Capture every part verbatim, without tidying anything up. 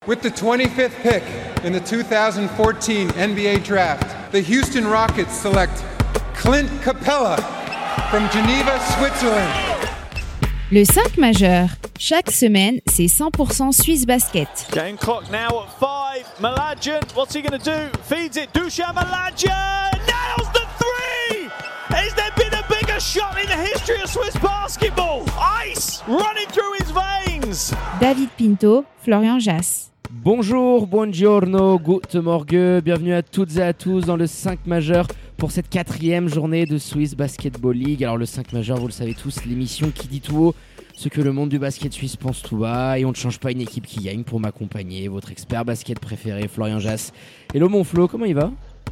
With the twenty-fifth pick in the two thousand fourteen N B A Draft, the Houston Rockets select Clint Capella from Geneva, Switzerland. Le cinq majeur. Chaque semaine, c'est cent pour cent Suisse Basket. Game clock now at five. Malajan, what's he going to do? Feeds it. Dusan Malajan nails the three. Has there been a bigger shot in the history of Swiss basketball? Ice running through his veins. David Pinto, Florian Jass. Bonjour, buongiorno, guten Morgen, bienvenue à toutes et à tous dans le cinq majeur pour cette quatrième journée de Swiss Basketball League. Alors le cinq majeur, vous le savez tous, l'émission qui dit tout haut ce que le monde du basket suisse pense tout bas, et on ne change pas une équipe qui gagne. Pour m'accompagner, votre expert basket préféré, Florian Jass. Hello mon Flo, comment il va ?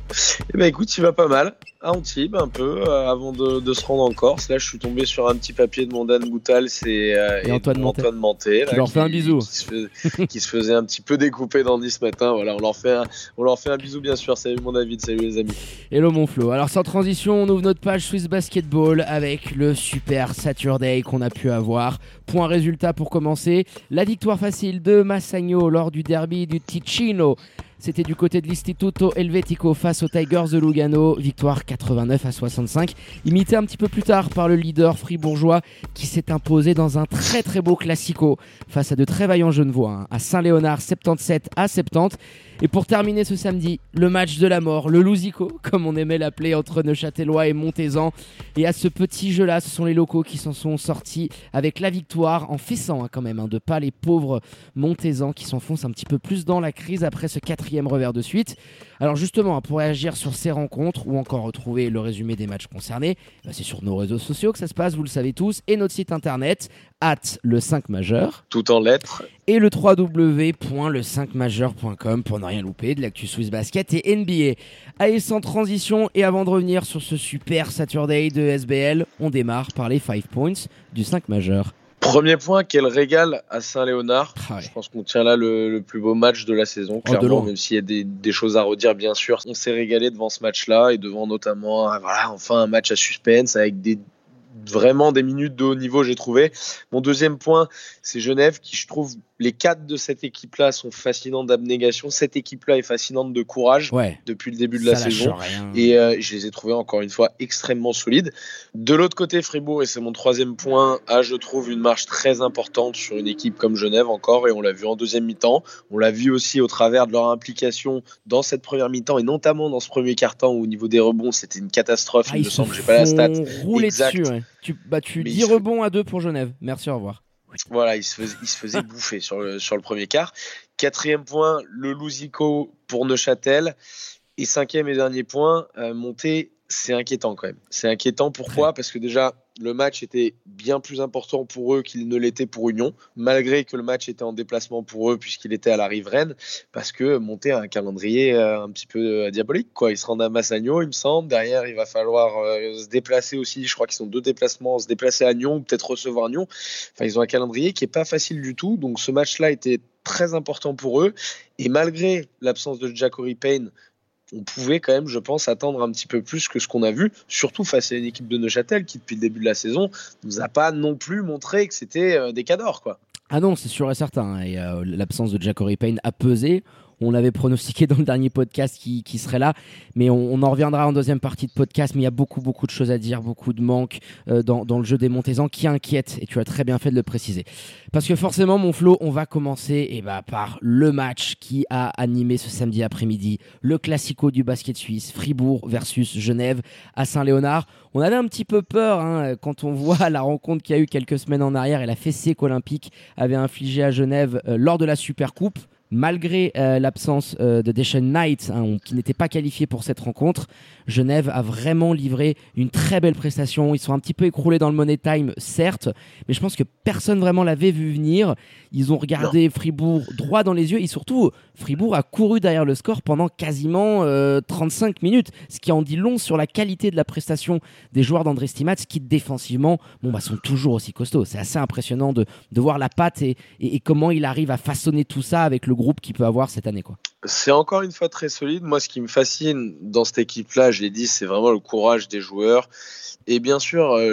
Eh ben écoute, il va pas mal, à Antibes un peu, euh, avant de, de se rendre en Corse. Là, je suis tombé sur un petit papier de mon Dan Boutal c'est, euh, et, et Antoine Manté. Antoine Manté là, tu leur qui, fais un bisou. Qui se, fais, qui se faisait un petit peu découper dans le lit ce matin. Voilà, on leur fait un, on leur fait un bisou bien sûr. Salut mon David, salut les amis. Hello mon Flo. Alors sans transition, on ouvre notre page Swiss Basketball avec le super Saturday qu'on a pu avoir. Point résultat pour commencer, la victoire facile de Massagno lors du derby du Ticino. C'était du côté de l'Istituto Helvetico face aux Tigers de Lugano, victoire quatre-vingt-neuf à soixante-cinq, imité un petit peu plus tard par le leader fribourgeois qui s'est imposé dans un très très beau classico face à de très vaillants Genevois, hein, à Saint-Léonard soixante-dix-sept à soixante-dix. Et pour terminer ce samedi, le match de la mort, le Lusico, comme on aimait l'appeler, entre Neuchâtelois et Montezan. Et à ce petit jeu-là, ce sont les locaux qui s'en sont sortis avec la victoire, en fessant hein, quand même, hein, de pas les pauvres Montezan qui s'enfoncent un petit peu plus dans la crise après ce quatrième revers de suite. Alors justement, pour réagir sur ces rencontres ou encore retrouver le résumé des matchs concernés, c'est sur nos réseaux sociaux que ça se passe, vous le savez tous, et notre site internet, arobase le cinq majeur. Tout en lettres. Et le w w w point le cinq majeur point com pour ne rien louper de l'actu Swiss Basket et N B A. Allez, sans transition, et avant de revenir sur ce super Saturday de S B L, on démarre par les five points du cinq majeur. Premier point, quel régal à Saint-Léonard. Ah ouais. Je pense qu'on tient là le, le plus beau match de la saison, clairement, oh, même s'il y a des, des choses à redire, bien sûr. On s'est régalé devant ce match-là et devant notamment, voilà, enfin un match à suspense avec des vraiment des minutes de haut niveau, j'ai trouvé. Mon deuxième point, c'est Genève, qui je trouve, les cadres de cette équipe-là sont fascinants d'abnégation. Cette équipe-là est fascinante de courage ouais. depuis le début de ça la saison. Rien. Et euh, je les ai trouvés encore une fois extrêmement solides. De l'autre côté, Fribourg, et c'est mon troisième point, a, je trouve, une marche très importante sur une équipe comme Genève encore, et on l'a vu en deuxième mi-temps. On l'a vu aussi au travers de leur implication dans cette première mi-temps, et notamment dans ce premier quart-temps où au niveau des rebonds, c'était une catastrophe. Ah, il me semble, j'ai pas la stat. Rouler dessus, ouais. Tu, bah, tu dix rebonds à deux pour Genève. Merci, au revoir. Voilà, il se faisait, il se faisait bouffer sur le, sur le premier quart. Quatrième point, le Lusico pour Neuchâtel. Et cinquième et dernier point, euh, monter, c'est inquiétant quand même. C'est inquiétant, pourquoi ? Parce que déjà, le match était bien plus important pour eux qu'il ne l'était pour Union, malgré que le match était en déplacement pour eux puisqu'il était à la riveraine, parce que monter a un calendrier euh, un petit peu euh, diabolique, quoi. Ils se rendent à Massagno, il me semble. Derrière, il va falloir euh, se déplacer aussi. Je crois qu'ils sont deux déplacements, se déplacer à Nyon ou peut-être recevoir Nyon. Enfin, ils ont un calendrier qui est pas facile du tout. Donc, ce match-là était très important pour eux. Et malgré l'absence de Ja'Cory Payne, on pouvait quand même, je pense, attendre un petit peu plus que ce qu'on a vu, surtout face à une équipe de Neuchâtel qui, depuis le début de la saison, nous a pas non plus montré que c'était euh, des cadors, quoi. Ah non, c'est sûr et certain. Hein. Et, euh, l'absence de Ja'Cory Payne a pesé. On l'avait pronostiqué dans le dernier podcast qui, qui serait là, mais on, on en reviendra en deuxième partie de podcast. Mais il y a beaucoup, beaucoup de choses à dire, beaucoup de manques euh, dans, dans le jeu des Montezans qui inquiètent, et tu as très bien fait de le préciser. Parce que forcément, mon Flo, on va commencer eh ben, par le match qui a animé ce samedi après-midi, le classico du basket suisse, Fribourg versus Genève à Saint-Léonard. On avait un petit peu peur hein, quand on voit la rencontre qu'il y a eu quelques semaines en arrière et la fessée qu'Olympique avait infligée à Genève euh, lors de la Supercoupe. Malgré euh, l'absence euh, de Deshaun Knight, hein, on, qui n'était pas qualifié pour cette rencontre, Genève a vraiment livré une très belle prestation. Ils sont un petit peu écroulés dans le Money Time, certes, mais je pense que personne vraiment l'avait vu venir. Ils ont regardé non. Fribourg droit dans les yeux, et surtout, Fribourg a couru derrière le score pendant quasiment euh, trente-cinq minutes, ce qui en dit long sur la qualité de la prestation des joueurs d'André Stimac, qui défensivement bon, bah, sont toujours aussi costauds. C'est assez impressionnant de, de voir la patte et, et, et comment il arrive à façonner tout ça avec le groupe qu'il peut avoir cette année, quoi. C'est encore une fois très solide. Moi, ce qui me fascine dans cette équipe-là, je l'ai dit, c'est vraiment le courage des joueurs. Et bien sûr, euh,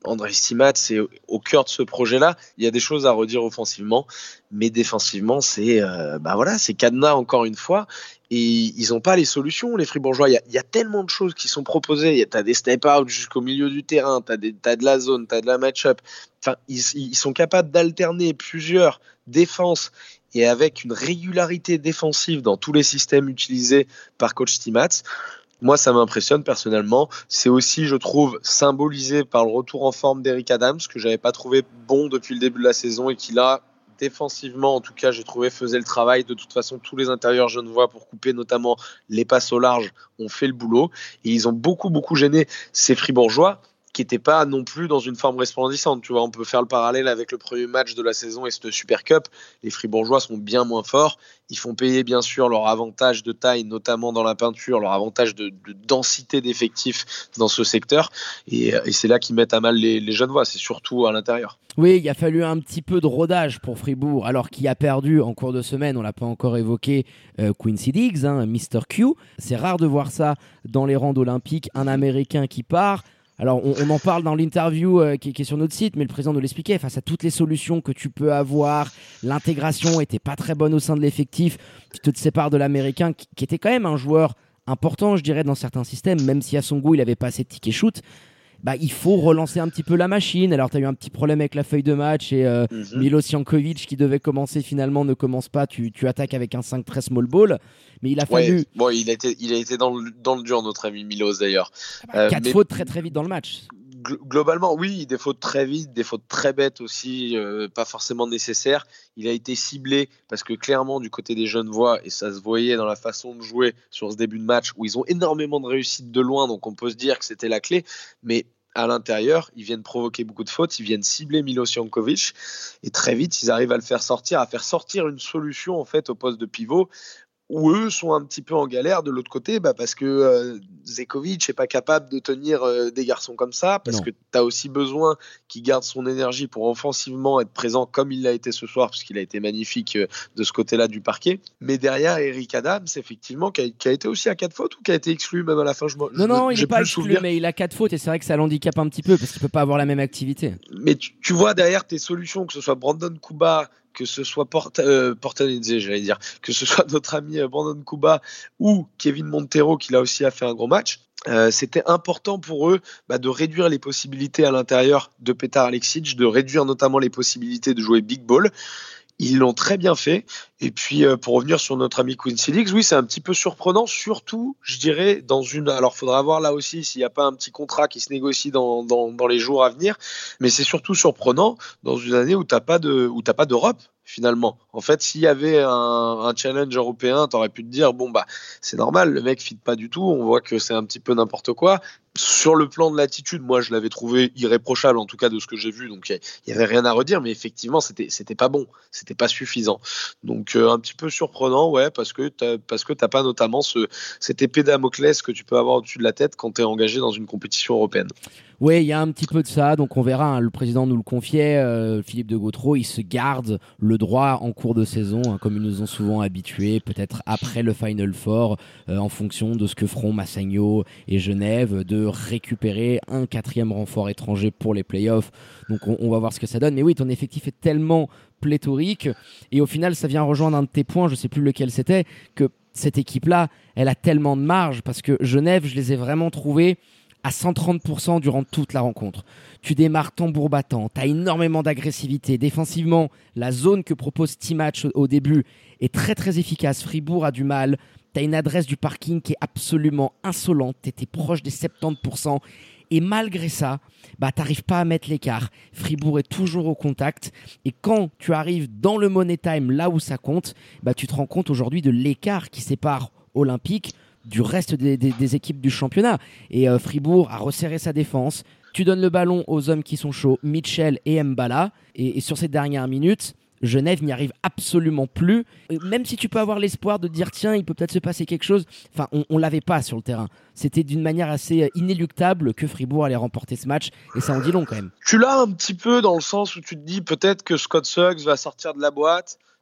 André Stimac, c'est au cœur de ce projet-là. Il y a des choses à redire offensivement, mais défensivement, c'est euh, bah voilà, c'est cadenas encore une fois. Et ils n'ont pas les solutions, les Fribourgeois. Il y a, il y a tellement de choses qui sont proposées. Tu as des step-out jusqu'au milieu du terrain, tu as de la zone, tu as de la match-up. Enfin, ils, ils sont capables d'alterner plusieurs défenses et avec une régularité défensive dans tous les systèmes utilisés par coach Stimac. Moi, ça m'impressionne personnellement. C'est aussi, je trouve, symbolisé par le retour en forme d'Eric Adams, que je n'avais pas trouvé bon depuis le début de la saison et qui, là, défensivement, en tout cas, j'ai trouvé faisait le travail. De toute façon, tous les intérieurs genevois pour couper notamment les passes au large ont fait le boulot. Et ils ont beaucoup, beaucoup gêné ces Fribourgeois qui n'étaient pas non plus dans une forme resplendissante. Tu vois, on peut faire le parallèle avec le premier match de la saison et cette Super Cup. Les Fribourgeois sont bien moins forts. Ils font payer bien sûr leur avantage de taille, notamment dans la peinture, leur avantage de, de densité d'effectifs dans ce secteur. Et, et c'est là qu'ils mettent à mal les, les Genevois. C'est surtout à l'intérieur. Oui, il a fallu un petit peu de rodage pour Fribourg, alors qu'il a perdu en cours de semaine, on l'a pas encore évoqué, euh, Quincy Diggs, hein, mister Q. C'est rare de voir ça dans les rangs d'Olympique, un Américain qui part. Alors, on, on en parle dans l'interview euh, qui, qui est sur notre site, mais le président nous l'expliquait, face à toutes les solutions que tu peux avoir, l'intégration était pas très bonne au sein de l'effectif, tu te sépares de l'Américain, qui, qui était quand même un joueur important, je dirais, dans certains systèmes, même si à son goût, il avait pas assez de tickets shoot. Bah, il faut relancer un petit peu la machine. Alors, tu as eu un petit problème avec la feuille de match et euh, mm-hmm. Milos Jankovic qui devait commencer finalement ne commence pas. Tu, tu attaques avec un cinq très small ball. Mais il a fallu. Ouais, bon, il a été, il a été dans, le, dans le dur, notre ami Milos d'ailleurs. Ah bah, euh, quatre mais... fautes très très vite dans le match. Globalement, oui, des fautes très vite, des fautes très bêtes aussi, euh, pas forcément nécessaires. Il a été ciblé parce que clairement, du côté des Genevois, et ça se voyait dans la façon de jouer sur ce début de match, où ils ont énormément de réussite de loin, donc on peut se dire que c'était la clé. Mais à l'intérieur, ils viennent provoquer beaucoup de fautes, ils viennent cibler Milos Jankovic, et très vite, ils arrivent à le faire sortir, à faire sortir une solution en fait au poste de pivot, où eux sont un petit peu en galère de l'autre côté, bah parce que euh, Zekovic n'est pas capable de tenir euh, des garçons comme ça, parce non. que tu as aussi besoin qu'il garde son énergie pour offensivement être présent comme il l'a été ce soir, puisqu'il a été magnifique euh, de ce côté-là du parquet. Mais derrière, Eric Adams, effectivement, qui a, qui a été aussi à quatre fautes ou qui a été exclu même à la fin je, Non, je, non, il n'est pas exclu, souvenir. Mais il a quatre fautes et c'est vrai que ça l'handicape un petit peu, parce qu'il ne peut pas avoir la même activité. Mais tu, tu vois derrière tes solutions, que ce soit Brandon Kuba, que ce soit Porta, euh, Portanidze, j'allais dire, que ce soit notre ami Brandon Kuba ou Kevin Montero, qui là aussi a fait un gros match, euh, c'était important pour eux bah, de réduire les possibilités à l'intérieur de Petar Aleksic, de réduire notamment les possibilités de jouer big ball. Ils l'ont très bien fait. Et puis, euh, pour revenir sur notre ami Quincy Diggs, oui, c'est un petit peu surprenant, surtout, je dirais, dans une... Alors, il faudra voir là aussi s'il n'y a pas un petit contrat qui se négocie dans, dans, dans les jours à venir. Mais c'est surtout surprenant dans une année où tu n'as pas de, où t'as pas d'Europe, finalement. En fait, s'il y avait un, un challenge européen, tu aurais pu te dire, bon, bah, c'est normal, le mec ne fit pas du tout. On voit que c'est un petit peu n'importe quoi. Sur le plan de l'attitude, moi, je l'avais trouvé irréprochable, en tout cas de ce que j'ai vu. Donc, il n'y avait rien à redire. Mais effectivement, c'était, c'était pas bon. C'était pas suffisant. Donc, euh, un petit peu surprenant, ouais, parce que t'as, parce que t'as pas notamment ce, cette épée Damoclès que tu peux avoir au-dessus de la tête quand tu es engagé dans une compétition européenne. Oui, il y a un petit peu de ça, donc on verra, hein, le président nous le confiait, euh, Philippe de Gautreau, il se garde le droit en cours de saison, hein, comme ils nous ont souvent habitués, peut-être après le Final Four, euh, en fonction de ce que feront Massagno et Genève, de récupérer un quatrième renfort étranger pour les playoffs, donc on, on va voir ce que ça donne. Mais oui, ton effectif est tellement pléthorique, et au final ça vient rejoindre un de tes points, je sais plus lequel c'était, que cette équipe-là, elle a tellement de marge, parce que Genève, je les ai vraiment trouvés à cent trente pour cent durant toute la rencontre. Tu démarres tambour battant, tu as énormément d'agressivité. Défensivement, la zone que propose Stimac au début est très très efficace. Fribourg a du mal. Tu as une adresse du parking qui est absolument insolente. Tu étais proche des soixante-dix pour cent. Et malgré ça, bah, tu n'arrives pas à mettre l'écart. Fribourg est toujours au contact. Et quand tu arrives dans le money time, là où ça compte, bah, tu te rends compte aujourd'hui de l'écart qui sépare Olympique du reste des, des, des équipes du championnat. Et euh, Fribourg a resserré sa défense. Tu donnes le ballon aux hommes qui sont chauds, Mitchell et Mbala. Et, et sur ces dernières minutes, Genève n'y arrive absolument plus. Et même si tu peux avoir l'espoir de dire tiens, il peut peut-être se passer quelque chose, enfin, on ne l'avait pas sur le terrain. C'était d'une manière assez inéluctable que Fribourg allait remporter ce match. Et ça en dit long quand même. Tu l'as un petit peu dans le sens où tu te dis peut-être que Scott Suggs va sortir de la boîte.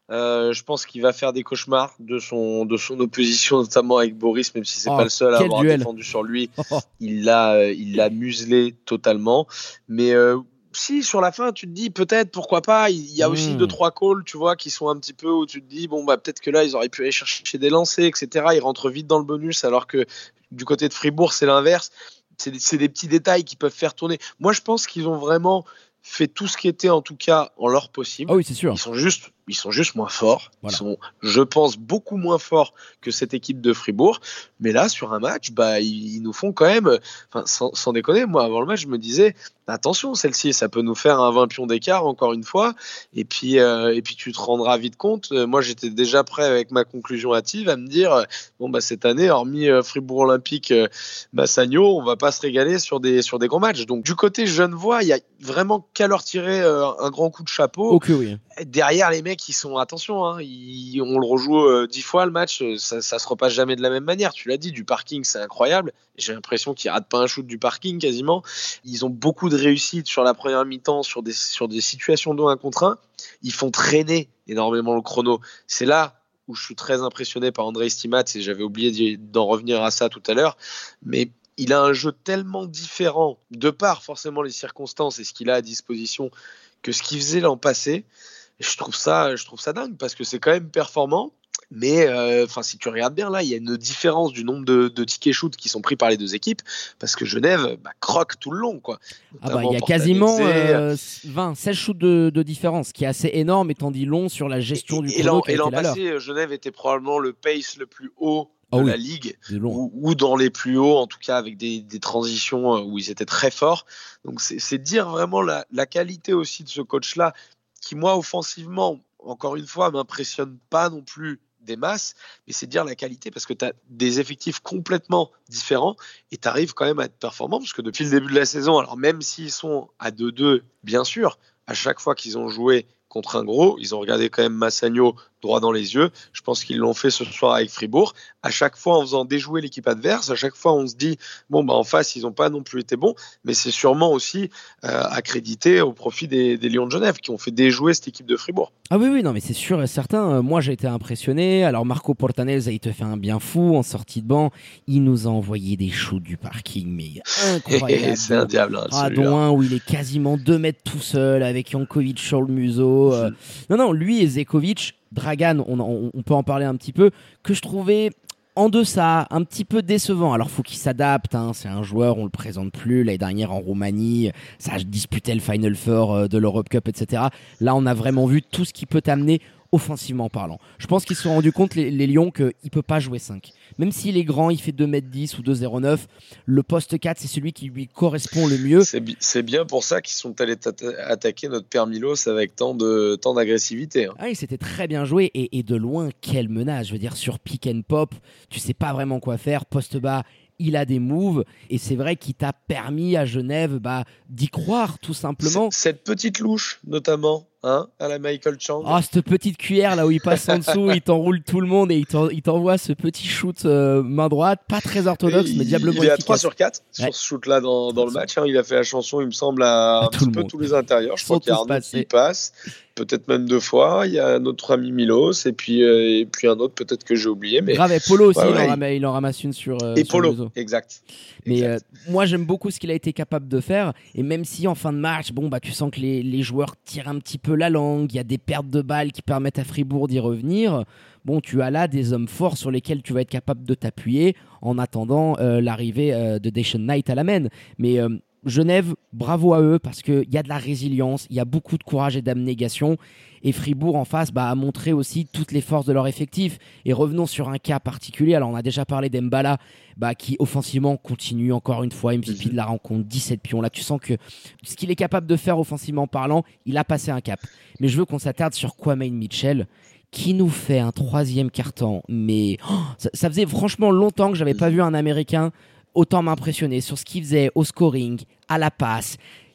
Euh, je pense qu'il va faire des cauchemars de son, de son opposition, notamment avec Boris, même si c'est oh, pas le seul à avoir duel. défendu sur lui. Il l'a, il l'a muselé totalement. Mais euh, si, sur la fin, tu te dis peut-être, pourquoi pas. Il y a mmh. aussi deux, trois calls, tu vois, qui sont un petit peu où tu te dis, bon, bah, peut-être que là, ils auraient pu aller chercher des lancers, et cetera. Ils rentrent vite dans le bonus, alors que du côté de Fribourg, c'est l'inverse. C'est des, c'est des petits détails qui peuvent faire tourner. Moi, je pense qu'ils ont vraiment fait tout ce qui était, en tout cas, en leur possible. Ah oui, c'est sûr. Ils sont juste, ils sont juste moins forts. Voilà. Ils sont, je pense, beaucoup moins forts que cette équipe de Fribourg. Mais là, sur un match, bah, ils, ils nous font quand même, enfin, sans, sans déconner, moi, avant le match, je me disais, attention, celle-ci, ça peut nous faire un vingt pions d'écart, encore une fois. Et puis, euh, et puis tu te rendras vite compte. Euh, moi, j'étais déjà prêt avec ma conclusion hâtive à me dire, euh, bon, bah, cette année, hormis euh, Fribourg Olympique, euh, Massagno, on va pas se régaler sur des, sur des grands matchs. Donc, du côté genevois, il y a vraiment qu'à leur tirer euh, un grand coup de chapeau. Ok, oui. Derrière, les mecs, ils sont, attention, hein, ils, on le rejoue euh, dix fois le match, ça, ça se repasse jamais de la même manière. Tu l'as dit, du parking, c'est incroyable. J'ai l'impression qu'ils ratent pas un shoot du parking quasiment. Ils ont beaucoup de réussite sur la première mi-temps, sur des, sur des situations de un contre un. Ils font traîner énormément le chrono. C'est là où je suis très impressionné par André Stimac, et j'avais oublié d'en revenir à ça tout à l'heure. Mais il a un jeu tellement différent, de par forcément les circonstances et ce qu'il a à disposition, que ce qu'il faisait l'an passé. Je trouve ça, je trouve ça dingue parce que c'est quand même performant. Mais euh, si tu regardes bien, là, il y a une différence du nombre de, de tickets shoot qui sont pris par les deux équipes parce que Genève bah, croque tout le long. Quoi. Ah bah, il y a quasiment euh, vingt, seize shoots de, de différence, ce qui est assez énorme et t'en dis long sur la gestion et, du et chrono. Et l'an passé, Genève était probablement le pace le plus haut de oh oui, la ligue, ou, ou dans les plus hauts, en tout cas avec des, des transitions où ils étaient très forts. Donc c'est, c'est dire vraiment la, la qualité aussi de ce coach-là, qui moi, offensivement, encore une fois, m'impressionne pas non plus des masses, mais c'est dire la qualité parce que tu as des effectifs complètement différents et tu arrives quand même à être performant parce que depuis le début de la saison, alors même s'ils sont à deux deux, bien sûr, à chaque fois qu'ils ont joué contre un gros, ils ont regardé quand même Massagno droit dans les yeux. Je pense qu'ils l'ont fait ce soir avec Fribourg. À chaque fois, en faisant déjouer l'équipe adverse, à chaque fois, on se dit, bon, bah, en face, ils n'ont pas non plus été bons, mais c'est sûrement aussi euh, accrédité au profit des, des Lions de Genève qui ont fait déjouer cette équipe de Fribourg. Ah oui, oui, non, mais c'est sûr et certain. Euh, moi, j'ai été impressionné. Alors, Marco Portanelza, il te fait un bien fou en sortie de banc. Il nous a envoyé des shoots du parking, mais incroyable. C'est un diable, hein, ah, dont un où il est quasiment deux mètres tout seul avec Jankovic sur le museau. Euh, non, non, lui et Zekovic, Dragan, on, on, on peut en parler un petit peu, que je trouvais en deçà, un petit peu décevant. Alors, faut qu'il s'adapte, hein. C'est un joueur, on le présente plus. L'année dernière en Roumanie, ça disputait le Final Four de l'Europe Cup, et cetera. Là, on a vraiment vu tout ce qui peut t'amener offensivement parlant. Je pense qu'ils se sont rendus compte, les, les Lions, qu'il ne peut pas jouer cinq. Même s'il est grand, il fait deux mètres dix ou deux zéro neuf, le poste quatre, c'est celui qui lui correspond le mieux. C'est, bi- c'est bien pour ça qu'ils sont allés tata- attaquer notre père Milos avec tant, de, tant d'agressivité. Hein. Ah oui, c'était très bien joué et, et de loin, quelle menace. Je veux dire, sur pick and pop, tu sais pas vraiment quoi faire, poste bas, il a des moves et c'est vrai qu'il t'a permis à Genève bah, d'y croire tout simplement. C- cette petite louche notamment, hein, à la Michael Chang. Ah, oh, cette petite cuillère là où il passe en dessous, il t'enroule tout le monde et il, t'en, il t'envoie ce petit shoot euh, main droite, pas très orthodoxe et mais diablement efficace. Il est à efficace. trois sur quatre ouais. sur ce shoot là dans, dans le match. Hein, il a fait la chanson, il me semble, à, à un petit peu tous les intérieurs. Je crois qu'il y a Arnaud qui passe. Peut-être même deux fois. Il y a notre ami Milos et puis, euh, et puis un autre peut-être que j'ai oublié. Mais... Grave, et Polo aussi, ouais, il, ouais, en ramasse, il en ramasse une sur, euh, et sur Polo, le réseau. exact. Mais exact. Euh, moi, j'aime beaucoup ce qu'il a été capable de faire. Et même si en fin de match, bon, bah, tu sens que les, les joueurs tirent un petit peu la langue, il y a des pertes de balles qui permettent à Fribourg d'y revenir. Bon, tu as là des hommes forts sur lesquels tu vas être capable de t'appuyer en attendant euh, l'arrivée euh, de Dacian Knight à la main. Mais euh, Genève, bravo à eux parce qu'il y a de la résilience, il y a beaucoup de courage et d'abnégation. Et Fribourg en face bah, a montré aussi toutes les forces de leur effectif. Et revenons sur un cas particulier. Alors on a déjà parlé d'Mbala bah, qui offensivement continue encore une fois M V P de la rencontre, dix-sept pions. Là tu sens que ce qu'il est capable de faire offensivement parlant, il a passé un cap. Mais je veux qu'on s'attarde sur Kwame Mitchell qui nous fait un troisième quart-temps. Mais oh, ça, ça faisait franchement longtemps que j'avais pas vu un Américain autant m'impressionner sur ce qu'il faisait au scoring, à la passe.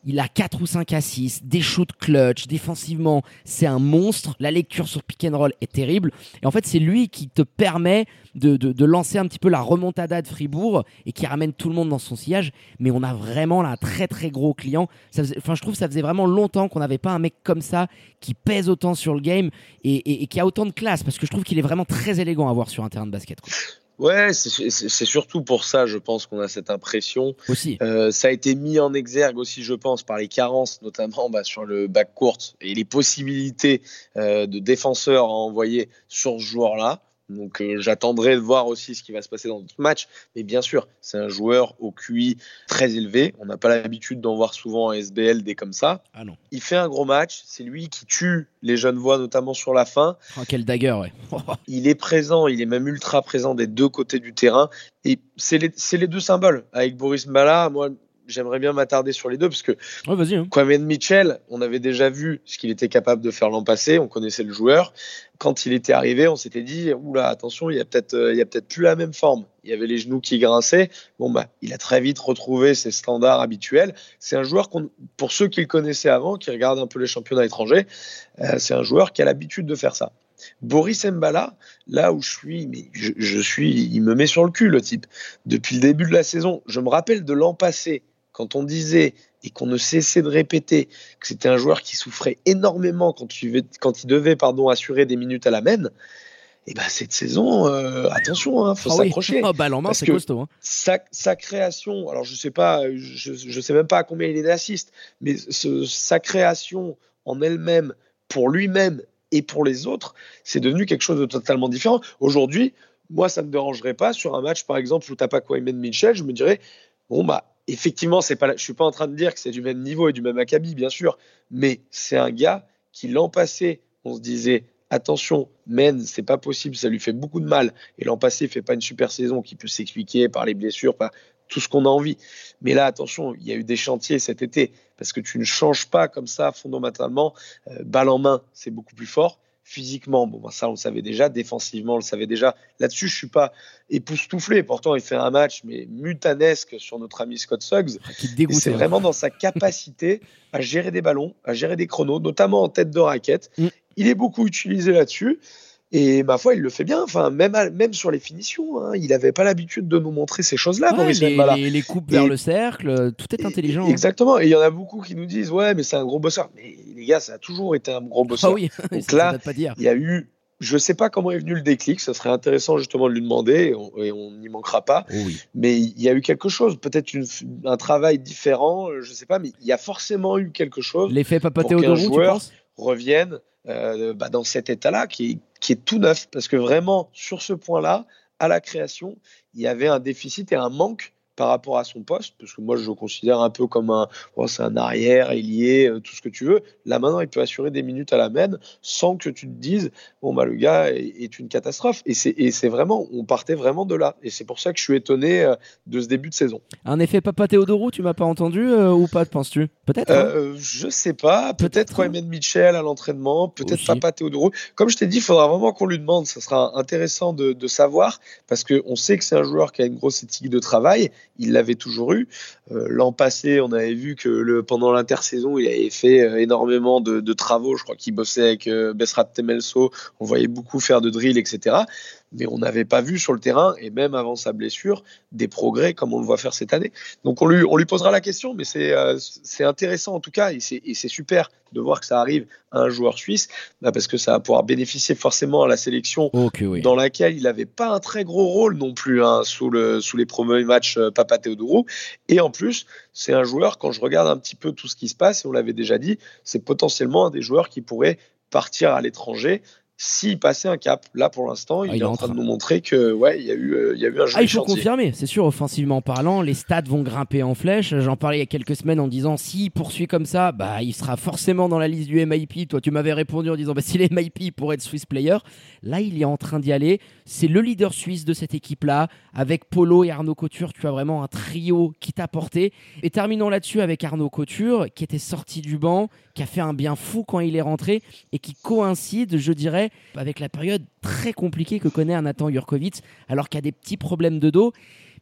il a quatre ou cinq assists, des shoots clutch, défensivement, c'est un monstre. La lecture sur pick and roll est terrible. Et en fait, c'est lui qui te permet de, de, de lancer un petit peu la remontada de Fribourg et qui ramène tout le monde dans son sillage. Mais on a vraiment là un très très gros client. Ça faisait, enfin, je trouve que ça faisait vraiment longtemps qu'on n'avait pas un mec comme ça qui pèse autant sur le game et, et, et qui a autant de classe, parce que je trouve qu'il est vraiment très élégant à voir sur un terrain de basket, quoi. Ouais, c'est, c'est, c'est surtout pour ça, je pense, qu'on a cette impression. Aussi. Euh, ça a été mis en exergue aussi, je pense, par les carences, notamment bah, sur le backcourt et les possibilités euh, de défenseurs à envoyer sur ce joueur-là. Donc euh, j'attendrai de voir aussi ce qui va se passer dans d'autres matchs. Mais bien sûr, c'est un joueur au Q I très élevé. On n'a pas l'habitude d'en voir souvent en S B L des comme ça. Ah non. Il fait un gros match. C'est lui qui tue les jeunes voix, notamment sur la fin. Oh, quel dagger, ouais. Il est présent, il est même ultra présent des deux côtés du terrain. Et c'est les, c'est les deux symboles. Avec Boris Mbala, moi, j'aimerais bien m'attarder sur les deux parce que ouais, vas-y, hein. Kwame Mitchell, on avait déjà vu ce qu'il était capable de faire l'an passé, on connaissait le joueur. Quand il était arrivé, on s'était dit oula, attention, il y a peut-être euh, il y a peut-être plus la même forme. Il y avait les genoux qui grinçaient. Bon bah, il a très vite retrouvé ses standards habituels. C'est un joueur qu'on, pour ceux qui le connaissaient avant, qui regardent un peu les championnats étrangers, euh, c'est un joueur qui a l'habitude de faire ça. Boris Mbala, là où je suis, mais je, je suis, il me met sur le cul le type. Depuis le début de la saison, je me rappelle de l'an passé. Quand on disait et qu'on ne cessait de répéter que c'était un joueur qui souffrait énormément quand il, quand il devait pardon, assurer des minutes à la main, et ben cette saison, euh, attention, hein, faut ah s'accrocher. Oui. Oh, balle en main, c'est costaud. Hein. Sa, sa création, alors je sais pas, je, je sais même pas à combien il est d'assists, mais ce, sa création en elle-même, pour lui-même et pour les autres, c'est devenu quelque chose de totalement différent. Aujourd'hui, moi, ça me dérangerait pas sur un match, par exemple, où t'as pas Kwame Mitchell, je me dirais, bon bah. Effectivement, c'est pas, je ne suis pas en train de dire que c'est du même niveau et du même acabit, bien sûr, mais c'est un gars qui, l'an passé, on se disait attention, Men, c'est pas possible, ça lui fait beaucoup de mal. Et l'an passé, il ne fait pas une super saison qui peut s'expliquer par les blessures, par tout ce qu'on a envie. Mais là, attention, il y a eu des chantiers cet été, parce que tu ne changes pas comme ça fondamentalement. Euh, balle en main, c'est beaucoup plus fort. Physiquement, bon, ça on le savait déjà. Défensivement, on le savait déjà. Là-dessus, je ne suis pas époustouflé. Pourtant, il fait un match mais mutanesque sur notre ami Scott Suggs. Qui te dégoûte, c'est hein. Vraiment dans sa capacité à gérer des ballons, à gérer des chronos, notamment en tête de raquette. Mm. Il est beaucoup utilisé là-dessus. Et ma foi, il le fait bien. Enfin, même, à, même sur les finitions, hein, il n'avait pas l'habitude de nous montrer ces choses-là. Ouais, Boris les, Mbala. les, les coupes vers et, le cercle, tout est intelligent. Et, exactement. Et il y en a beaucoup qui nous disent ouais, mais c'est un gros bosseur. Mais les gars, ça a toujours été un gros bosseur. Ah oui. Donc ça, là, ça pas dire. Il y a eu. Je ne sais pas comment est venu le déclic. Ça serait intéressant justement de lui demander. Et on n'y manquera pas. Oh oui. Mais il y a eu quelque chose, peut-être une, un travail différent. Je ne sais pas, mais il y a forcément eu quelque chose. L'effet Papa Théodorou, tu penses ? Reviennent euh, bah, dans cet état-là qui est, qui est tout neuf. Parce que vraiment, sur ce point-là, à la création, il y avait un déficit et un manque par rapport à son poste, parce que moi je le considère un peu comme un, oh, c'est un arrière, ailier, euh, tout ce que tu veux. Là maintenant, il peut assurer des minutes à la main sans que tu te dises, bon bah le gars est, est une catastrophe. Et c'est, et c'est vraiment, on partait vraiment de là. Et c'est pour ça que je suis étonné euh, de ce début de saison. Un effet Papa Théodorou, tu m'as pas entendu euh, ou pas, penses-tu ? Peut-être. Euh, hein je sais pas. Peut-être, peut-être Kwame hein Mitchell à l'entraînement, peut-être aussi. Papa Théodorou. Comme je t'ai dit, il faudra vraiment qu'on lui demande. Ça sera intéressant de, de savoir parce que on sait que c'est un joueur qui a une grosse éthique de travail. Il l'avait toujours eu. Euh, l'an passé, on avait vu que le, pendant l'intersaison, il avait fait euh, énormément de, de travaux. Je crois qu'il bossait avec euh, Besrat Temelso. On voyait beaucoup faire de drill, et cetera. Mais on n'avait pas vu sur le terrain, et même avant sa blessure, des progrès comme on le voit faire cette année. Donc on lui, on lui posera la question, mais c'est, euh, c'est intéressant en tout cas, et c'est, et c'est super de voir que ça arrive à un joueur suisse, bah parce que ça va pouvoir bénéficier forcément à la sélection okay, oui. dans laquelle il n'avait pas un très gros rôle non plus hein, sous, le, sous les premiers matchs euh, Papa Théodorou. Et en plus, c'est un joueur, quand je regarde un petit peu tout ce qui se passe, et on l'avait déjà dit, c'est potentiellement un des joueurs qui pourrait partir à l'étranger s'il passait un cap. Là, pour l'instant, il, ah, il est en train de nous montrer que ouais, il y a eu, euh, il y a eu un jeu. Ah, il faut chantier. confirmer, c'est sûr, offensivement parlant, les stats vont grimper en flèche. J'en parlais il y a quelques semaines en disant s'il poursuit comme ça, bah, il sera forcément dans la liste du M I P. Toi, tu m'avais répondu en disant bah, s'il est M I P, il pourrait être Swiss Player. Là, il est en train d'y aller. C'est le leader suisse de cette équipe-là. Avec Polo et Arnaud Couture, tu as vraiment un trio qui t'a porté. Et terminons là-dessus avec Arnaud Couture, qui était sorti du banc, qui a fait un bien fou quand il est rentré et qui coïncide, je dirais, avec la période très compliquée que connaît un Nathan Jurkovic, alors qu'il y a des petits problèmes de dos.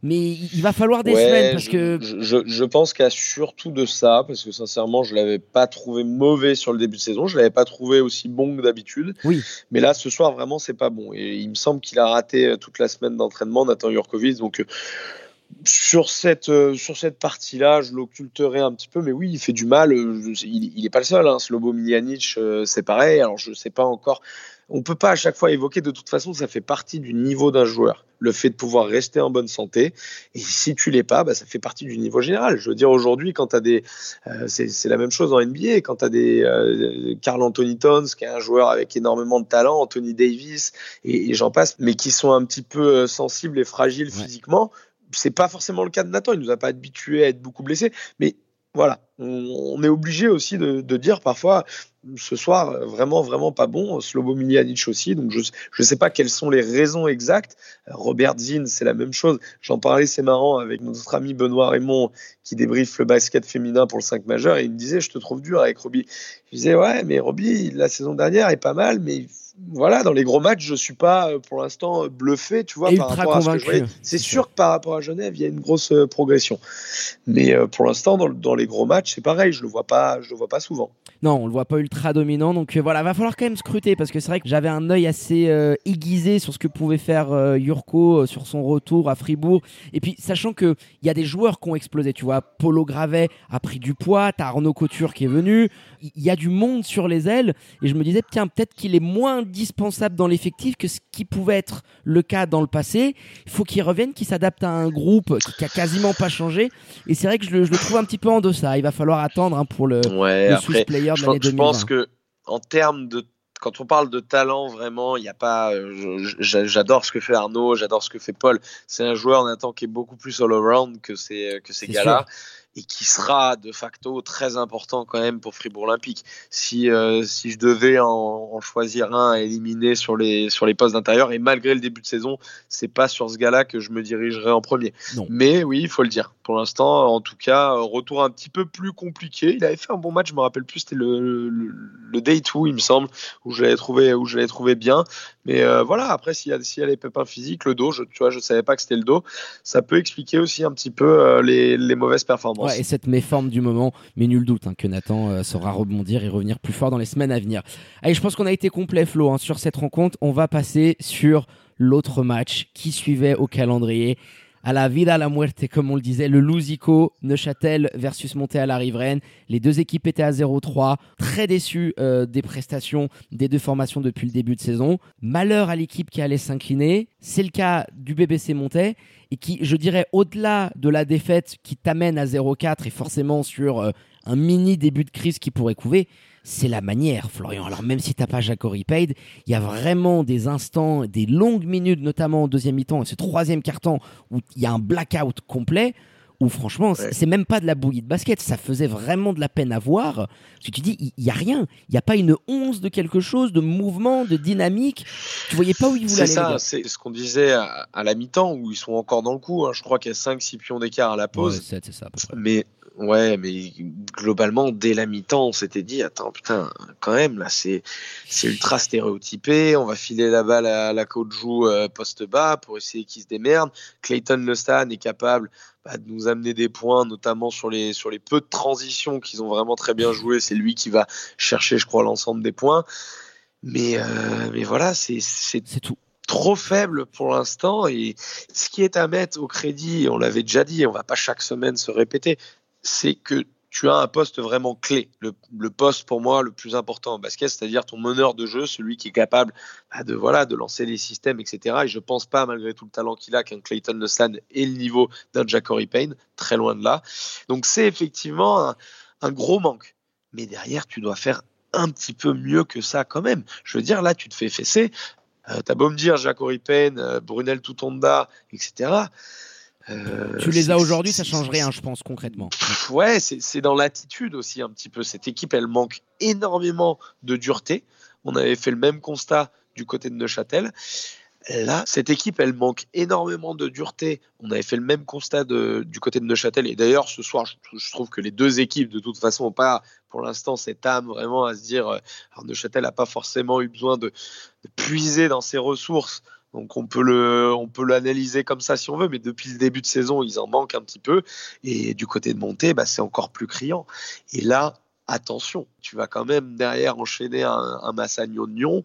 mais il va falloir des ouais, semaines parce je, que je, je, je pense qu'il y a surtout de ça, parce que sincèrement, je l'avais pas trouvé mauvais sur le début de saison, je l'avais pas trouvé aussi bon que d'habitude. Oui. Mais là, ce soir, vraiment, c'est pas bon. Et il me semble qu'il a raté toute la semaine d'entraînement, Nathan Jurkovic. Donc, euh, sur cette, euh, sur cette partie-là, je l'occulterai un petit peu. Mais oui, il fait du mal. Euh, il, il est pas le seul. Hein. Slobo Miljanic, euh, c'est pareil. Alors, je sais pas encore. On peut pas à chaque fois évoquer. De toute façon, ça fait partie du niveau d'un joueur. Le fait de pouvoir rester en bonne santé. Et si tu l'es pas, bah, ça fait partie du niveau général. Je veux dire, aujourd'hui, quand tu as des. Euh, c'est, c'est la même chose en N B A. Quand tu as des. Euh, Karl Anthony Towns, qui est un joueur avec énormément de talent, Anthony Davis, et, et j'en passe, mais qui sont un petit peu sensibles et fragiles ouais. physiquement. C'est pas forcément le cas de Nathan. Il nous a pas habitués à être beaucoup blessé. Mais voilà, on, on est obligé aussi de, de dire parfois. Ce soir, vraiment, vraiment pas bon. Slobo Miljanic aussi. Donc, je ne sais pas quelles sont les raisons exactes. Robert Zinn, c'est la même chose. J'en parlais, c'est marrant, avec notre ami Benoît Raymond qui débriefe le basket féminin pour le cinq majeur. Et il me disait, je te trouve dur avec Robbie. Je disais, ouais, mais Robbie, la saison dernière est pas mal, mais voilà, dans les gros matchs, je ne suis pas pour l'instant bluffé, tu vois, et par rapport à ce que je voyais. C'est, c'est sûr ça. Que par rapport à Genève, il y a une grosse progression. Mais pour l'instant, dans, dans les gros matchs, c'est pareil. Je ne le vois pas, je le vois pas souvent. Non, on ne le voit pas ultra dominant. Donc euh, voilà, va falloir quand même scruter parce que c'est vrai que j'avais un œil assez euh, aiguisé sur ce que pouvait faire euh, Jurko euh, sur son retour à Fribourg. Et puis, sachant qu'il y a des joueurs qui ont explosé. Tu vois, Polo Gravet a pris du poids, t'as Arnaud Couture qui est venu. Il y a du monde sur les ailes. Et je me disais, tiens, peut-être qu'il est moins indispensable dans l'effectif que ce qui pouvait être le cas dans le passé. Il faut qu'il revienne, qu'il s'adapte à un groupe qui, qui a quasiment pas changé. Et c'est vrai que je le, je le trouve un petit peu en deçà. Il va falloir attendre hein, pour le, ouais, le après, Swiss Player de l'année deux mille vingt. Je pense que en termes de quand on parle de talent, vraiment, il n'y a pas. Euh, j'adore ce que fait Arnaud, j'adore ce que fait Paul. C'est un joueur, Nathan, qui est beaucoup plus all-around que ces, que ces gars-là. Sûr. Et qui sera de facto très important quand même pour Fribourg Olympique. Si, euh, si je devais en, en choisir un à éliminer sur les, sur les postes d'intérieur, et malgré le début de saison, c'est pas sur ce gars-là que je me dirigerai en premier. Non. Mais oui, il faut le dire. Pour l'instant, en tout cas, retour un petit peu plus compliqué. Il avait fait un bon match, je me rappelle plus, c'était le, le, le Day deux, il me semble, où je l'avais trouvé, où je l'avais trouvé bien. Mais euh, voilà, après, s'il y a, s'il y a les pépins physiques, le dos, je, tu vois, je savais pas que c'était le dos, ça peut expliquer aussi un petit peu euh, les, les mauvaises performances. Ouais, et cette méforme du moment, mais nul doute hein, que Nathan euh, saura rebondir et revenir plus fort dans les semaines à venir. Allez, je pense qu'on a été complet, Flo, hein, sur cette rencontre. On va passer sur l'autre match qui suivait au calendrier. À la vida, à la muerte, comme on le disait, le Luzico, Neuchâtel versus Monté-à-la-Riveraine. Les deux équipes étaient à zéro trois. Très déçus euh, des prestations des deux formations depuis le début de saison. Malheur à l'équipe qui allait s'incliner. C'est le cas du B B C Montais et qui, je dirais, au-delà de la défaite qui t'amène à zéro quatre et forcément sur euh, un mini début de crise qui pourrait couver, c'est la manière, Florian. Alors même si t'as pas Jacori Payne, il y a vraiment des instants, des longues minutes, notamment en deuxième mi-temps et ce troisième quart-temps où il y a un blackout complet, où franchement, ouais. c'est même pas de la bouillie de basket, ça faisait vraiment de la peine à voir. Parce que tu dis, il y, y a rien, il y a pas une once de quelque chose, de mouvement, de dynamique. Tu voyais pas où ils voulaient aller. C'est ça, c'est ce qu'on disait à, à la mi-temps où ils sont encore dans le coup. Hein. Je crois qu'il y a cinq six pions d'écart à la pause. Ouais, sept, c'est ça à peu près. Mais ouais, mais globalement, dès la mi-temps, on s'était dit, attends, putain, quand même, là, c'est, c'est ultra stéréotypé. On va filer la balle à la coach joue euh, poste bas pour essayer qu'il se démerde. Clayton Lestan est capable bah, de nous amener des points, notamment sur les, sur les peu de transitions qu'ils ont vraiment très bien joué. C'est lui qui va chercher, je crois, l'ensemble des points. Mais, euh, mais voilà, c'est, c'est, c'est tout. Trop faible pour l'instant. Et ce qui est à mettre au crédit, on l'avait déjà dit, on ne va pas chaque semaine se répéter, c'est que tu as un poste vraiment clé. Le, le poste, pour moi, le plus important en basket, c'est-à-dire ton meneur de jeu, celui qui est capable bah, de, voilà, de lancer les systèmes, et cetera. Et je ne pense pas, malgré tout le talent qu'il a, qu'un Clayton Lestan ait le niveau d'un Jacori Payne, très loin de là. Donc c'est effectivement un, un gros manque. Mais derrière, tu dois faire un petit peu mieux que ça quand même. Je veux dire, là, tu te fais fesser. Euh, t'as beau me dire Jacori Payne, euh, Brunel Tutonda, et cetera. Euh, tu les as aujourd'hui, ça change rien, je pense, concrètement. Pff, ouais, c'est, c'est dans l'attitude aussi un petit peu. Cette équipe, elle manque énormément de dureté. On avait fait le même constat du côté de Neuchâtel. Là, cette équipe, elle manque énormément de dureté. On avait fait le même constat de, du côté de Neuchâtel. Et d'ailleurs, ce soir, je, je trouve que les deux équipes, de toute façon, n'ont pas, pour l'instant, cette âme vraiment à se dire... Alors, Neuchâtel n'a pas forcément eu besoin de, de puiser dans ses ressources Donc on peut, le, on peut l'analyser comme ça si on veut, mais depuis le début de saison, ils en manquent un petit peu. Et du côté de Monté, bah, c'est encore plus criant. Et là, attention, tu vas quand même derrière enchaîner un, un Massagnon-Nyon.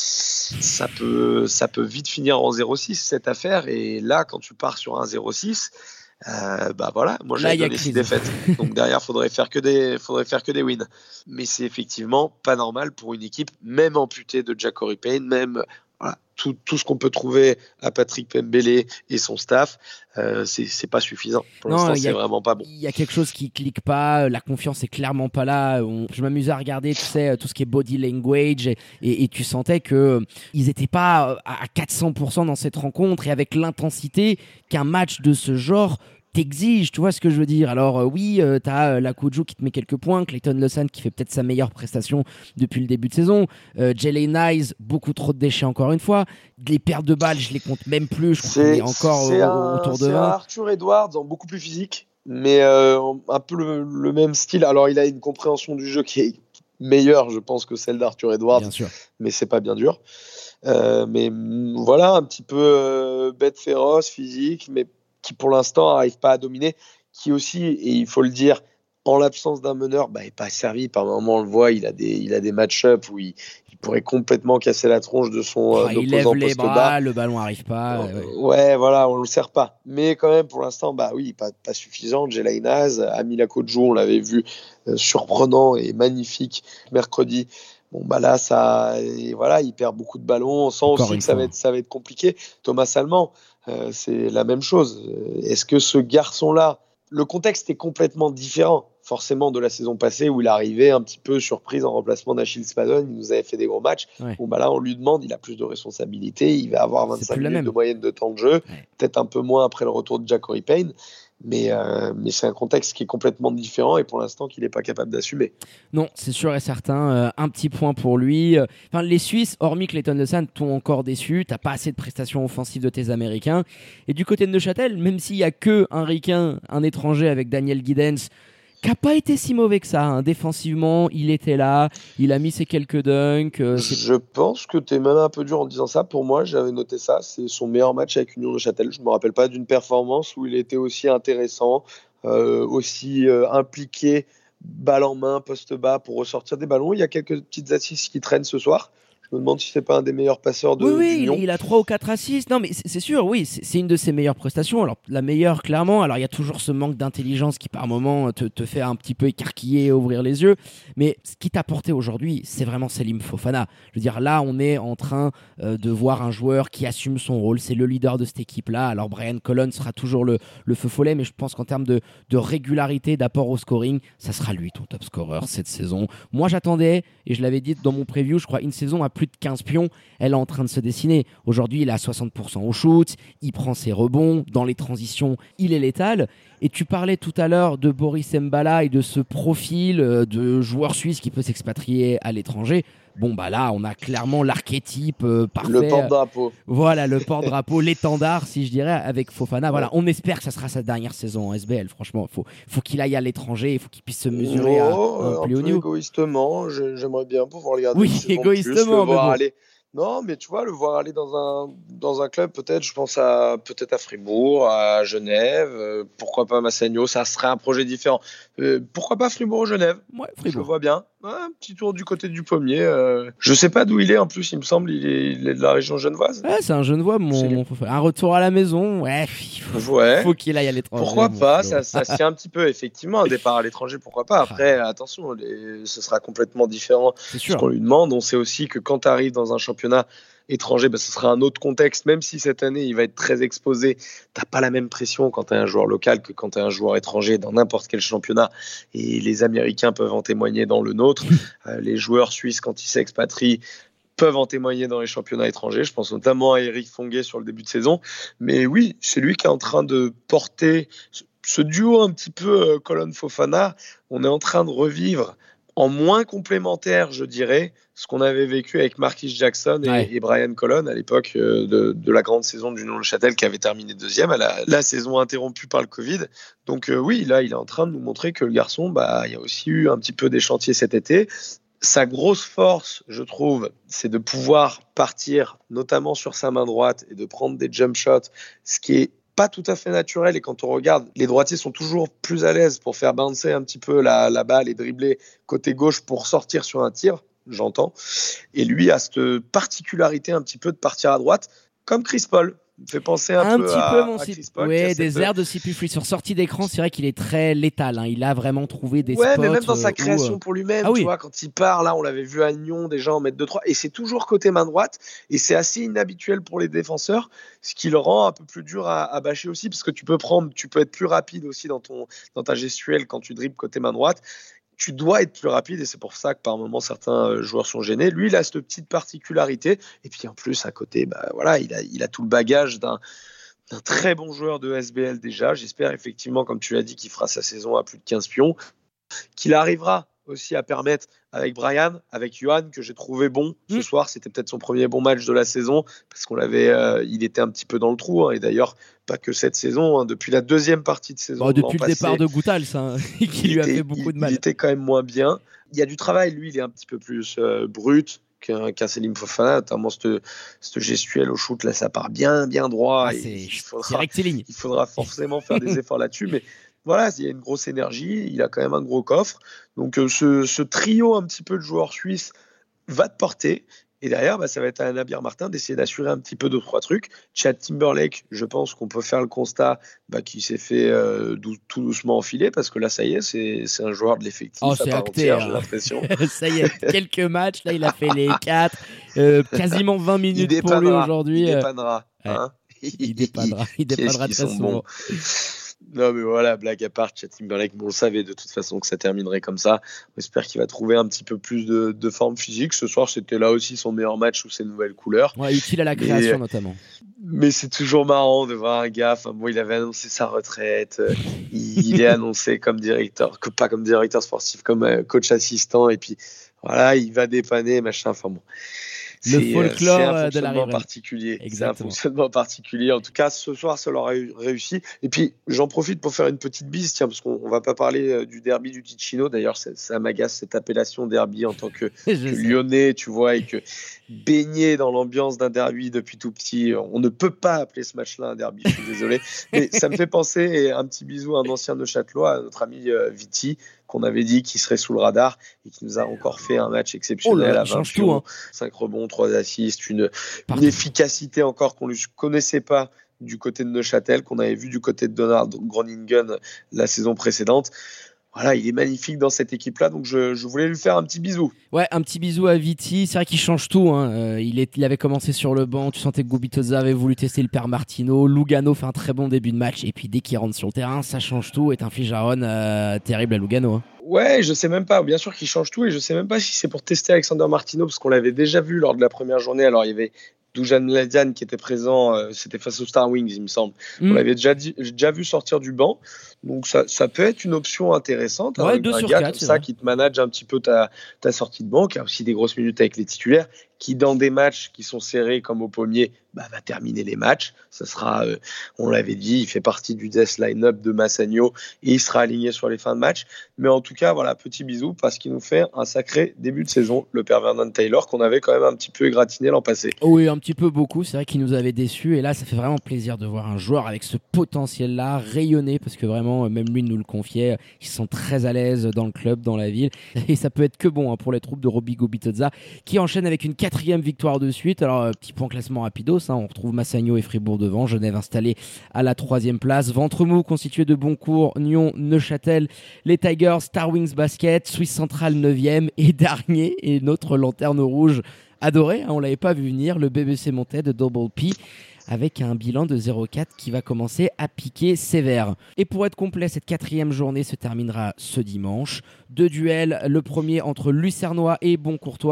Ça peut, ça peut vite finir en zéro six cette affaire. Et là, quand tu pars sur un zéro six, euh, bah voilà, moi j'ai donné six défaites. Donc derrière, faudrait faire que des, faudrait faire que des wins. Mais c'est effectivement pas normal pour une équipe, même amputée de Ja'Cory Payne, même voilà, tout, tout ce qu'on peut trouver à Patrick Pembele et son staff, euh, c'est, c'est pas suffisant. Pour non, l'instant, c'est a, vraiment pas bon. Il y a quelque chose qui clique pas, la confiance est clairement pas là. On, je m'amusais à regarder, tu sais, tout ce qui est body language et, et, et tu sentais que ils étaient pas à quatre cents pour cent dans cette rencontre et avec l'intensité qu'un match de ce genre t'exige, tu vois ce que je veux dire. Alors euh, oui, euh, t'as euh, Lakoudjou qui te met quelques points, Clayton Lawson qui fait peut-être sa meilleure prestation depuis le début de saison, euh, Jalen Nice, beaucoup trop de déchets encore une fois, les pertes de balles, je les compte même plus, je crois qu'on est encore c'est au, un, autour de c'est vingt. un Arthur Edwards en beaucoup plus physique, mais euh, un peu le, le même style. Alors il a une compréhension du jeu qui est meilleure, je pense, que celle d'Arthur Edwards, bien sûr. Mais c'est pas bien dur. Euh, mais voilà, un petit peu euh, bête féroce, physique, mais qui pour l'instant n'arrive pas à dominer, qui aussi, et il faut le dire, en l'absence d'un meneur, bah, n'est pas servi. Par moment, on le voit, il a des, il a des match-ups où il, il pourrait complètement casser la tronche de son oh, euh, il lève les bras, bas. Le ballon n'arrive pas. Euh, ouais. ouais, voilà, on ne le sert pas. Mais quand même, pour l'instant, bah oui, pas, pas suffisant. Jalen Nice, Ami Lakoudjou, on l'avait vu euh, surprenant et magnifique mercredi. Bon, bah là, ça, et voilà, il perd beaucoup de ballons. On sent Encore aussi que ça va, être, ça va être compliqué. Thomas Salman, euh, c'est la même chose. Est-ce que ce garçon-là, le contexte est complètement différent, forcément, de la saison passée où il arrivait un petit peu surprise en remplacement d'Achille Spadon. Il nous avait fait des gros matchs. Ouais. Bon, bah là, on lui demande, il a plus de responsabilités. Il va avoir vingt-cinq minutes de moyenne de temps de jeu. Ouais. Peut-être un peu moins après le retour de Ja'Cory Payne. Mais, euh, mais c'est un contexte qui est complètement différent et pour l'instant qu'il n'est pas capable d'assumer. Non, c'est sûr et certain. Euh, un petit point pour lui. Enfin, les Suisses, hormis Clayton Lawson, t'ont encore déçu. T'as pas assez de prestations offensives de tes Américains. Et du côté de Neuchâtel, même s'il y a que un Ricain, un étranger avec Daniel Giddens, qui n'a pas été si mauvais que ça. Hein. Défensivement, il était là, il a mis ses quelques dunks. Euh, je pense que tu es même un peu dur en disant ça. Pour moi, j'avais noté ça. C'est son meilleur match avec Union Neuchâtel. Je ne me rappelle pas d'une performance où il était aussi intéressant, euh, aussi euh, impliqué, balle en main, poste bas pour ressortir des ballons. Il y a quelques petites assists qui traînent ce soir. Je me demande si c'est pas un des meilleurs passeurs de oui, oui, d'Union. Il, il a trois ou quatre assists. Non, mais c'est, c'est sûr, oui, c'est, c'est une de ses meilleures prestations. Alors, la meilleure, clairement. Alors, il y a toujours ce manque d'intelligence qui, par moment, te, te fait un petit peu écarquiller et ouvrir les yeux. Mais ce qui t'a porté aujourd'hui, c'est vraiment Selim Fofana. Je veux dire, là, on est en train euh, de voir un joueur qui assume son rôle. C'est le leader de cette équipe-là. Alors, Brian Colon sera toujours le, le feu follet, mais je pense qu'en termes de, de régularité, d'apport au scoring, ça sera lui, ton top scorer cette saison. Moi, j'attendais, et je l'avais dit dans mon preview, je crois, une saison à plus de quinze pions, elle est en train de se dessiner. Aujourd'hui, il est à soixante pour cent au shoot, il prend ses rebonds, dans les transitions, il est létal. Et tu parlais tout à l'heure de Boris Mbala et de ce profil de joueur suisse qui peut s'expatrier à l'étranger. Bon, bah là, on a clairement l'archétype euh, parfait. Le porte-drapeau. Voilà, le porte-drapeau, l'étendard, si je dirais, avec Fofana. Voilà, on espère que ça sera sa dernière saison en S B L. Franchement, il faut, faut qu'il aille à l'étranger, il faut qu'il puisse se mesurer oh, à, à un plus haut niveau. Égoïstement, j'aimerais bien pouvoir le garder. Oui, égoïstement, plus, le voir bon. aller. Non, mais tu vois, le voir aller dans un, dans un club, peut-être, je pense à, peut-être à Fribourg, à Genève, euh, pourquoi pas Massagno, ça serait un projet différent. Euh, pourquoi pas Fribourg-Genève ? Ouais, Fribourg. Je le vois bien. Ouais, un petit tour du côté du Pommier. Euh, je sais pas d'où il est, en plus, il me semble, il est, il est de la région genevoise. Ouais, c'est un Genevois, mon, mon un retour à la maison, ouais, il faut, ouais. faut qu'il aille à l'étranger. Pourquoi pas, ça, ça se tient un petit peu, effectivement, un départ à l'étranger, pourquoi pas. Après, attention, les, ce sera complètement différent de ce qu'on lui demande. On sait aussi que quand tu arrives dans un championnat étranger, bah, ce sera un autre contexte, même si cette année il va être très exposé, t'as pas la même pression quand tu es un joueur local que quand tu es un joueur étranger dans n'importe quel championnat, et les Américains peuvent en témoigner dans le nôtre. euh, les joueurs suisses quand ils s'expatrient peuvent en témoigner dans les championnats étrangers, je pense notamment à Eric Fonguet sur le début de saison, mais oui, c'est lui qui est en train de porter ce duo un petit peu euh, Colon-Fofana. On est en train de revivre en moins complémentaire, je dirais, ce qu'on avait vécu avec Marquis Jackson et, ouais. et Brian Colon à l'époque euh, de, de la grande saison du Neuchâtel qui avait terminé deuxième, à la, la saison interrompue par le Covid. Donc euh, oui, là, il est en train de nous montrer que le garçon, bah, il y a aussi eu un petit peu des chantiers cet été. Sa grosse force, je trouve, c'est de pouvoir partir notamment sur sa main droite et de prendre des jump shots, ce qui est pas tout à fait naturel. Et quand on regarde, les droitiers sont toujours plus à l'aise pour faire bouncer un petit peu la, la balle et dribbler côté gauche pour sortir sur un tir, j'entends. Et lui a cette particularité un petit peu de partir à droite, comme Chris Paul. Me fait penser un, un peu petit à, peu mon à C- Chris Paul. Ouais, des cette... airs de C P trois sur sortie d'écran, c'est vrai qu'il est très létal. Hein. Il a vraiment trouvé des ouais, spots. Ouais, mais même dans sa euh, création où, pour lui-même, ah, tu oui. vois, quand il part, là, on l'avait vu à Nyon déjà en mettre deux trois, et c'est toujours côté main droite, et c'est assez inhabituel pour les défenseurs, ce qui le rend un peu plus dur à, à bâcher aussi, parce que tu peux prendre, tu peux être plus rapide aussi dans ton, dans ta gestuelle quand tu dribbles côté main droite. Tu dois être plus rapide et c'est pour ça que par moments certains joueurs sont gênés. Lui, il a cette petite particularité, et puis en plus à côté, bah voilà, il a, il a tout le bagage d'un d'un très bon joueur de S B L déjà. J'espère effectivement, comme tu l'as dit, qu'il fera sa saison à plus de quinze pions, qu'il arrivera aussi à permettre avec Brian, avec Johan, que j'ai trouvé bon ce mmh. soir. C'était peut-être son premier bon match de la saison, parce qu'on l'avait, euh, il était un petit peu dans le trou, hein, et d'ailleurs, pas que cette saison, hein, depuis la deuxième partie de saison. Bon, depuis le passé, départ de Goutals, hein, qui lui a était, fait beaucoup il, de mal. Il était quand même moins bien. Il y a du travail, lui, il est un petit peu plus euh, brut qu'un, qu'un Selim Fofana, notamment cette, cette gestuelle au shoot, là, ça part bien, bien droit. Ah, et c'est, il, faudra, c'est rectiligne. il faudra forcément faire des efforts là-dessus, mais voilà, il y a une grosse énergie, il a quand même un gros coffre. Donc euh, ce, ce trio un petit peu de joueurs suisses va te porter. Et derrière, bah, ça va être à Nabir Martin d'essayer d'assurer un petit peu deux, trois trucs. Chad Timberlake, je pense qu'on peut faire le constat bah, qu'il s'est fait euh, dou- tout doucement enfiler, parce que là, ça y est, c'est, c'est un joueur de l'effectif. Oh, c'est acté, entière, hein. j'ai l'impression. Ça y est, quelques matchs, là, il a fait les quatre, euh, quasiment vingt minutes pour lui aujourd'hui. Il dépannera. Ouais. Hein il dépannera, il dépannera très souvent. Bons. Non mais voilà, blague à part, Chad Timberlake, on le savait de toute façon que ça terminerait comme ça. On espère qu'il va trouver un petit peu plus de, de forme physique. Ce soir, c'était là aussi son meilleur match sous ses nouvelles couleurs. Ouais, utile à la création mais, notamment. Mais c'est toujours marrant de voir un gars, enfin bon, il avait annoncé sa retraite, euh, il, il est annoncé comme directeur, que, pas comme directeur sportif, comme euh, coach assistant, et puis voilà, il va dépanner, machin, enfin bon. Le c'est, folklore c'est un de la fonctionnement particulier. Exactement. C'est un fonctionnement particulier. En tout cas, ce soir, ça leur a réussi. Et puis, j'en profite pour faire une petite bise, tiens, parce qu'on ne va pas parler du derby du Ticino. D'ailleurs, ça, ça m'agace cette appellation derby en tant que, que Lyonnais, tu vois, et que baigné dans l'ambiance d'un derby depuis tout petit. On ne peut pas appeler ce match-là un derby, je suis désolé. Mais ça me fait penser, et un petit bisou à un ancien Neuchâtelois, à notre ami euh, Viti, qu'on avait dit qu'il serait sous le radar et qui nous a encore fait un match exceptionnel. Oh là, à vingt pions, hein. cinq rebonds, trois assists, une, une efficacité encore qu'on ne connaissait pas du côté de Neuchâtel, qu'on avait vu du côté de Donald Groningen la saison précédente. Voilà, il est magnifique dans cette équipe-là, donc je, je voulais lui faire un petit bisou. Ouais, un petit bisou à Viti. C'est vrai qu'il change tout. Hein. Euh, il, est, il avait commencé sur le banc. Tu sentais que Gubitoza avait voulu tester le père Martino. Lugano fait un très bon début de match. Et puis dès qu'il rentre sur le terrain, ça change tout. Et t'inflige un run euh, terrible à Lugano. Hein. Ouais, je sais même pas. Bien sûr qu'il change tout. Et je sais même pas si c'est pour tester Alexander Martino, parce qu'on l'avait déjà vu lors de la première journée. Alors il y avait Dujan Mladian qui était présent, euh, c'était face aux Star Wings, il me semble. Mm. On l'avait déjà, dit, déjà vu sortir du banc, donc ça, ça peut être une option intéressante. Ouais, hein, deux un sur gars quatre, comme ça vrai. qui te manage un petit peu ta, ta sortie de banc, qui a aussi des grosses minutes avec les titulaires, qui dans des matchs qui sont serrés comme au pommier, bah, va terminer les matchs. Ça sera, euh, on l'avait dit, il fait partie du death line-up de Massagno et il sera aligné sur les fins de match. Mais en tout cas, voilà, petit bisou parce qu'il nous fait un sacré début de saison, le père Vernon Taylor, qu'on avait quand même un petit peu égratigné l'an passé. Oui, un petit peu beaucoup. C'est vrai qu'il nous avait déçus. Et là, ça fait vraiment plaisir de voir un joueur avec ce potentiel-là rayonner parce que vraiment, même lui nous le confiait, ils sont très à l'aise dans le club, dans la ville. Et ça peut être que bon hein, pour les troupes de Robbie Gubitoza qui enchaîne avec une quatrième victoire de suite. Alors, petit point classement rapidos. Hein, on retrouve Massagno et Fribourg devant. Genève installé à la troisième place. Ventre mou constitué de Boncourt, Nyon, Neuchâtel, les Tigers, Star Wings Basket, Suisse Centrale neuvième et dernier. Et notre lanterne rouge adorée, hein, on l'avait pas vu venir, le B B C Montais de Double P, avec un bilan de zéro quatre qui va commencer à piquer sévère. Et pour être complet, cette quatrième journée se terminera ce dimanche. Deux duels, le premier entre Lucernois et Boncourtois,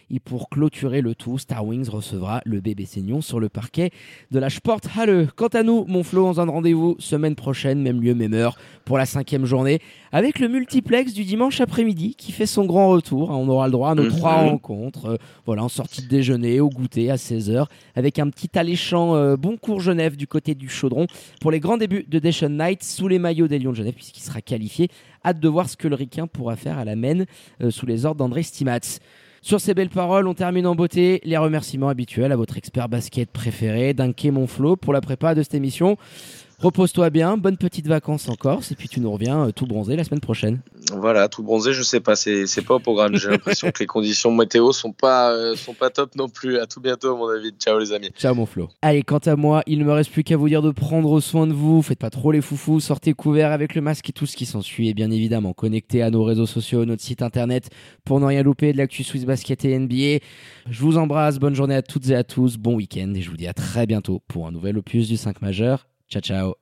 Et pour clôturer le tout, Star Wings recevra le B B C Nyon sur le parquet de la Sporthalle. Quant à nous, mon Flo, on se donne rendez-vous semaine prochaine, même lieu, même heure, pour la cinquième journée, avec le multiplex du dimanche après-midi qui fait son grand retour. On aura le droit à nos mmh. trois rencontres, euh, voilà, en sortie de déjeuner, au goûter à seize heures, avec un petit alléchant euh, Boncourt Genève du côté du Chaudron pour les grands débuts de Dation Knight sous les maillots des Lions de Genève, puisqu'il sera qualifié. Hâte de voir ce que le Ricain pourra faire à la Maine euh, sous les ordres d'André Stimatz. Sur ces belles paroles, on termine en beauté. Les remerciements habituels à votre expert basket préféré, Dunké Monflo, pour la prépa de cette émission. Repose-toi bien, bonnes petites vacances en Corse, et puis tu nous reviens euh, tout bronzé la semaine prochaine. Voilà, tout bronzé, je sais pas, c'est, c'est pas au programme. J'ai l'impression que les conditions météo sont pas, euh, sont pas top non plus. À tout bientôt, à mon avis. Ciao les amis. Ciao mon Flo. Allez, quant à moi, il ne me reste plus qu'à vous dire de prendre soin de vous. Faites pas trop les foufous, sortez couverts avec le masque et tout ce qui s'ensuit. Et bien évidemment, connectez à nos réseaux sociaux, notre site internet pour ne rien louper de l'actu Swiss Basket et N B A. Je vous embrasse, bonne journée à toutes et à tous, bon week-end et je vous dis à très bientôt pour un nouvel opus du cinq majeur. Ciao ciao.